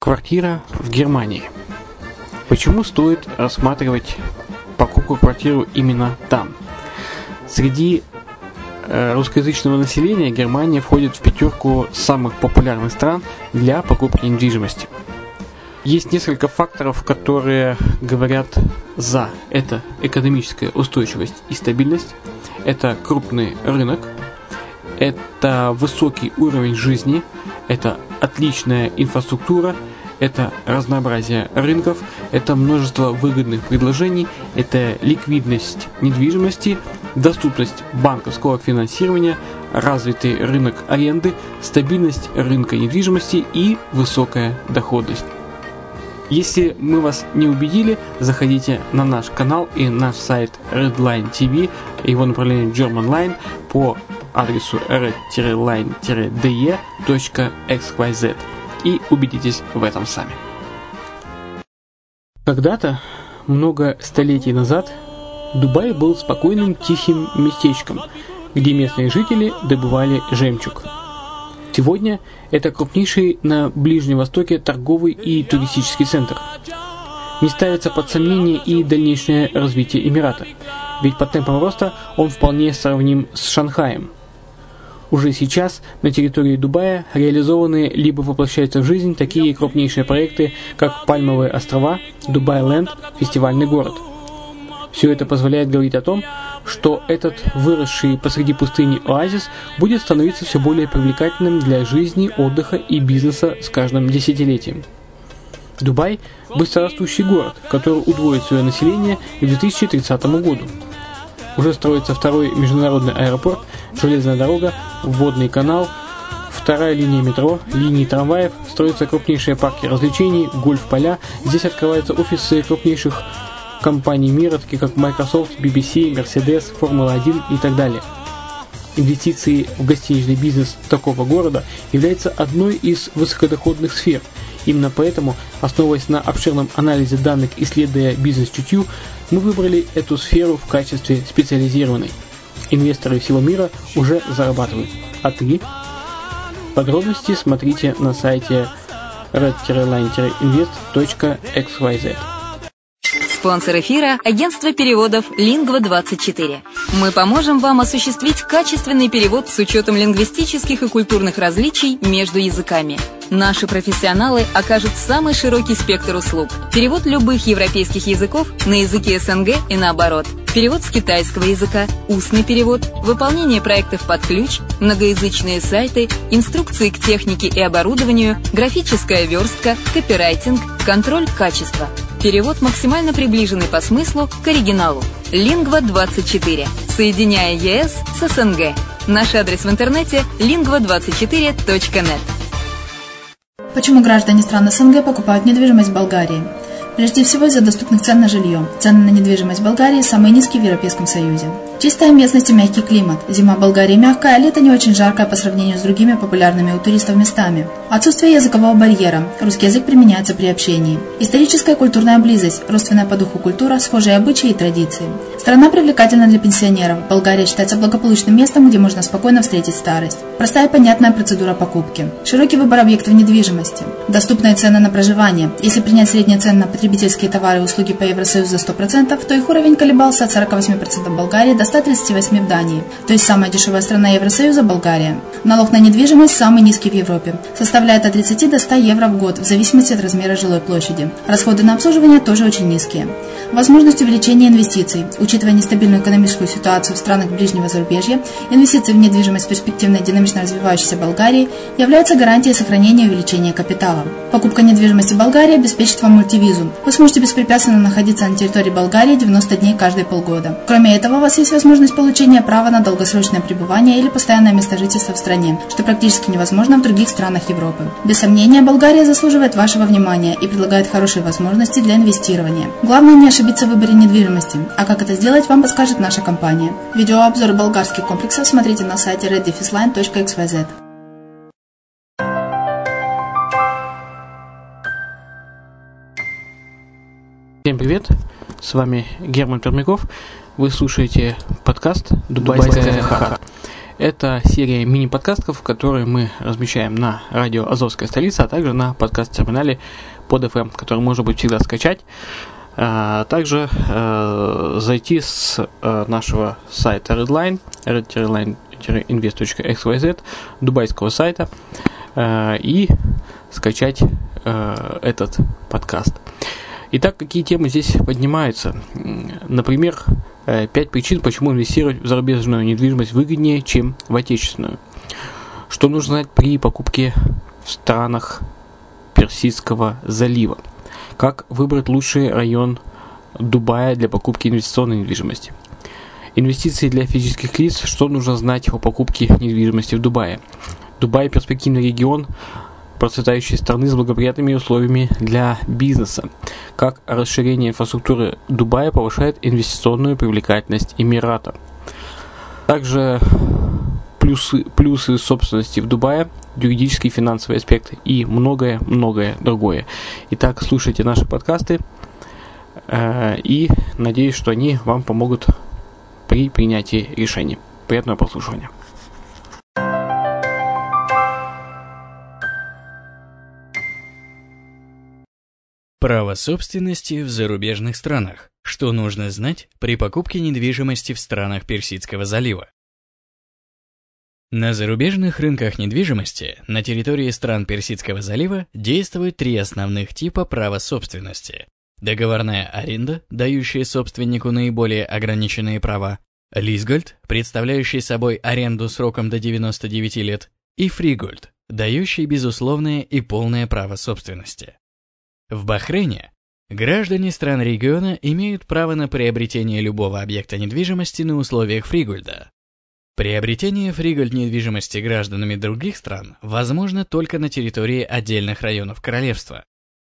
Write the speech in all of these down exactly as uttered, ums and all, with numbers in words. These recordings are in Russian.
Квартира в Германии. Почему стоит рассматривать покупку квартиры именно там? Среди э, русскоязычного населения Германия входит в пятерку самых популярных стран для покупки недвижимости. Есть несколько факторов, которые говорят за. Это экономическая устойчивость и стабильность, это крупный рынок, это высокий уровень жизни, это отличная инфраструктура, это разнообразие рынков, это множество выгодных предложений, это ликвидность недвижимости, доступность банковского финансирования, развитый рынок аренды, стабильность рынка недвижимости и высокая доходность. Если мы вас не убедили, заходите на наш канал и наш сайт Redline ти ви, его направление Germanline по адресу red line de точка экс уай зет и убедитесь в этом сами. Когда-то, много столетий назад, Дубай был спокойным тихим местечком, где местные жители добывали жемчуг. Сегодня это крупнейший на Ближнем Востоке торговый и туристический центр. Не ставится под сомнение и дальнейшее развитие Эмирата, ведь по темпам роста он вполне сравним с Шанхаем. Уже сейчас на территории Дубая реализованы либо воплощаются в жизнь такие крупнейшие проекты, как Пальмовые острова, Дубай-Ленд, фестивальный город. Все это позволяет говорить о том, что этот выросший посреди пустыни оазис будет становиться все более привлекательным для жизни, отдыха и бизнеса с каждым десятилетием. Дубай – быстрорастущий город, который удвоит свое население к две тысячи тридцатому году. Уже строится второй международный аэропорт, железная дорога, водный канал, вторая линия метро, линии трамваев, строятся крупнейшие парки развлечений, гольф-поля. Здесь открываются офисы крупнейших компаний мира, таких как Microsoft, би би си, Mercedes, Формула один и так далее. Инвестиции в гостиничный бизнес такого города являются одной из высокодоходных сфер. Именно поэтому, основываясь на обширном анализе данных, исследуя бизнес-чутью, мы выбрали эту сферу в качестве специализированной. Инвесторы всего мира уже зарабатывают. А ты? Подробности смотрите на сайте red line invest точка экс уай зет. Спонсор эфира – агентство переводов Lingva двадцать четыре. Мы поможем вам осуществить качественный перевод с учетом лингвистических и культурных различий между языками. Наши профессионалы окажут самый широкий спектр услуг. Перевод любых европейских языков на языки эс эн гэ и наоборот. Перевод с китайского языка, устный перевод, выполнение проектов под ключ, многоязычные сайты, инструкции к технике и оборудованию, графическая верстка, копирайтинг, контроль качества. Перевод максимально приближенный по смыслу к оригиналу. Lingva двадцать четыре. Соединяя е эс с эс эн гэ. Наш адрес в интернете lingva двадцать четыре точка нет. Почему граждане стран эс эн гэ покупают недвижимость в Болгарии? Прежде всего из-за доступных цен на жилье. Цены на недвижимость в Болгарии самые низкие в Европейском Союзе. Чистая местность и мягкий климат. Зима в Болгарии мягкая, а лето не очень жаркое по сравнению с другими популярными у туристов местами. Отсутствие языкового барьера. Русский язык применяется при общении. Историческая и культурная близость. Родственная по духу культура, схожие обычаи и традиции. Страна привлекательна для пенсионеров. Болгария считается благополучным местом, где можно спокойно встретить старость. Простая и понятная процедура покупки. Широкий выбор объектов недвижимости. Доступные цены на проживание. Если принять средние цены на потребительские товары и услуги по Евросоюзу за сто процентов, то их уровень колебался от сорок восемь процентов в Болгарии до ста тридцати восьми процентов в Дании. То есть самая дешевая страна Евросоюза – Болгария. Налог на недвижимость самый низкий в Европе. Составляет от тридцати до ста евро в год, в зависимости от размера жилой площади. Расходы на обслуживание тоже очень низкие. Возможность увеличения инвестиций. Учитывая нестабильную экономическую ситуацию в странах ближнего зарубежья, инвестиции в недвижимость в перспективной динамично развивающейся Болгарии являются гарантией сохранения и увеличения капитала. Покупка недвижимости в Болгарии обеспечит вам мультивизу. Вы сможете беспрепятственно находиться на территории Болгарии девяносто дней каждые полгода. Кроме этого, у вас есть возможность получения права на долгосрочное пребывание или постоянное место жительства в стране, что практически невозможно в других странах Европы. Без сомнения, Болгария заслуживает вашего внимания и предлагает хорошие возможности для инвестирования. Главное не ошибиться в выборе недвижимости, а как это сделать, вам подскажет наша компания. Видеообзор болгарских комплексов смотрите на сайте red line точка экс уай зет. Всем привет, с вами Герман Пермяков, вы слушаете подкаст «Дубайская ха-ха». Это серия мини-подкастов, которые мы размещаем на радио «Азовская столица», а также на подкаст-терминале под эф эм, который можно будет всегда скачать. Также э, зайти с э, нашего сайта Redline, red-line-invest точка экс уай зет, дубайского сайта, э, и скачать э, этот подкаст. Итак, какие темы здесь поднимаются? Например, пять причин, почему инвестировать в зарубежную недвижимость выгоднее, чем в отечественную. Что нужно знать при покупке в странах Персидского залива. Как выбрать лучший район Дубая для покупки инвестиционной недвижимости. Инвестиции для физических лиц. Что нужно знать о покупке недвижимости в Дубае. Дубай – перспективный регион процветающей страны с благоприятными условиями для бизнеса. Как расширение инфраструктуры Дубая повышает инвестиционную привлекательность Эмирата. Также плюсы, плюсы собственности в Дубае, юридические и финансовые аспекты и многое-многое другое. Итак, слушайте наши подкасты э, и надеюсь, что они вам помогут при принятии решений. Приятного прослушивания. Право собственности в зарубежных странах. Что нужно знать при покупке недвижимости в странах Персидского залива? На зарубежных рынках недвижимости на территории стран Персидского залива действуют три основных типа права собственности. Договорная аренда, дающая собственнику наиболее ограниченные права, лизгольд, представляющий собой аренду сроком до девяноста девяти лет, и фригольд, дающий безусловное и полное право собственности. В Бахрейне граждане стран региона имеют право на приобретение любого объекта недвижимости на условиях фригольда. Приобретение фригольд недвижимости гражданами других стран возможно только на территории отдельных районов королевства.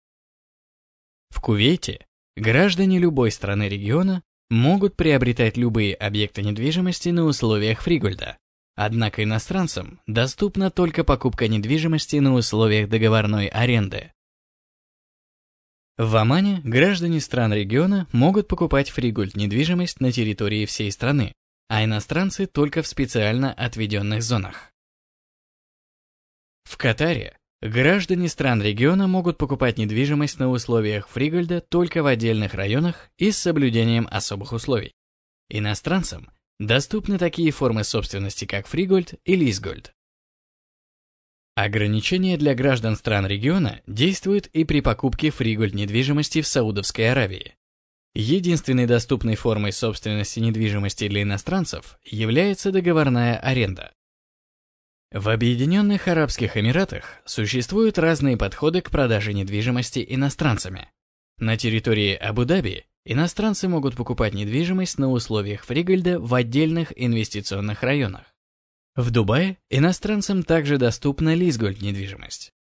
В Кувейте граждане любой страны региона могут приобретать любые объекты недвижимости на условиях фригольда, однако иностранцам доступна только покупка недвижимости на условиях договорной аренды. В Омане граждане стран региона могут покупать фригольд недвижимость на территории всей страны, а иностранцы только в специально отведенных зонах. В Катаре граждане стран региона могут покупать недвижимость на условиях фригольда только в отдельных районах и с соблюдением особых условий. Иностранцам доступны такие формы собственности, как фригольд и лизгольд. Ограничения для граждан стран региона действуют и при покупке фригольд недвижимости в Саудовской Аравии. Единственной доступной формой собственности недвижимости для иностранцев является договорная аренда. В Объединенных Арабских Эмиратах существуют разные подходы к продаже недвижимости иностранцами. На территории Абу-Даби иностранцы могут покупать недвижимость на условиях фригольда в отдельных инвестиционных районах. В Дубае иностранцам также доступна лизгольд недвижимость.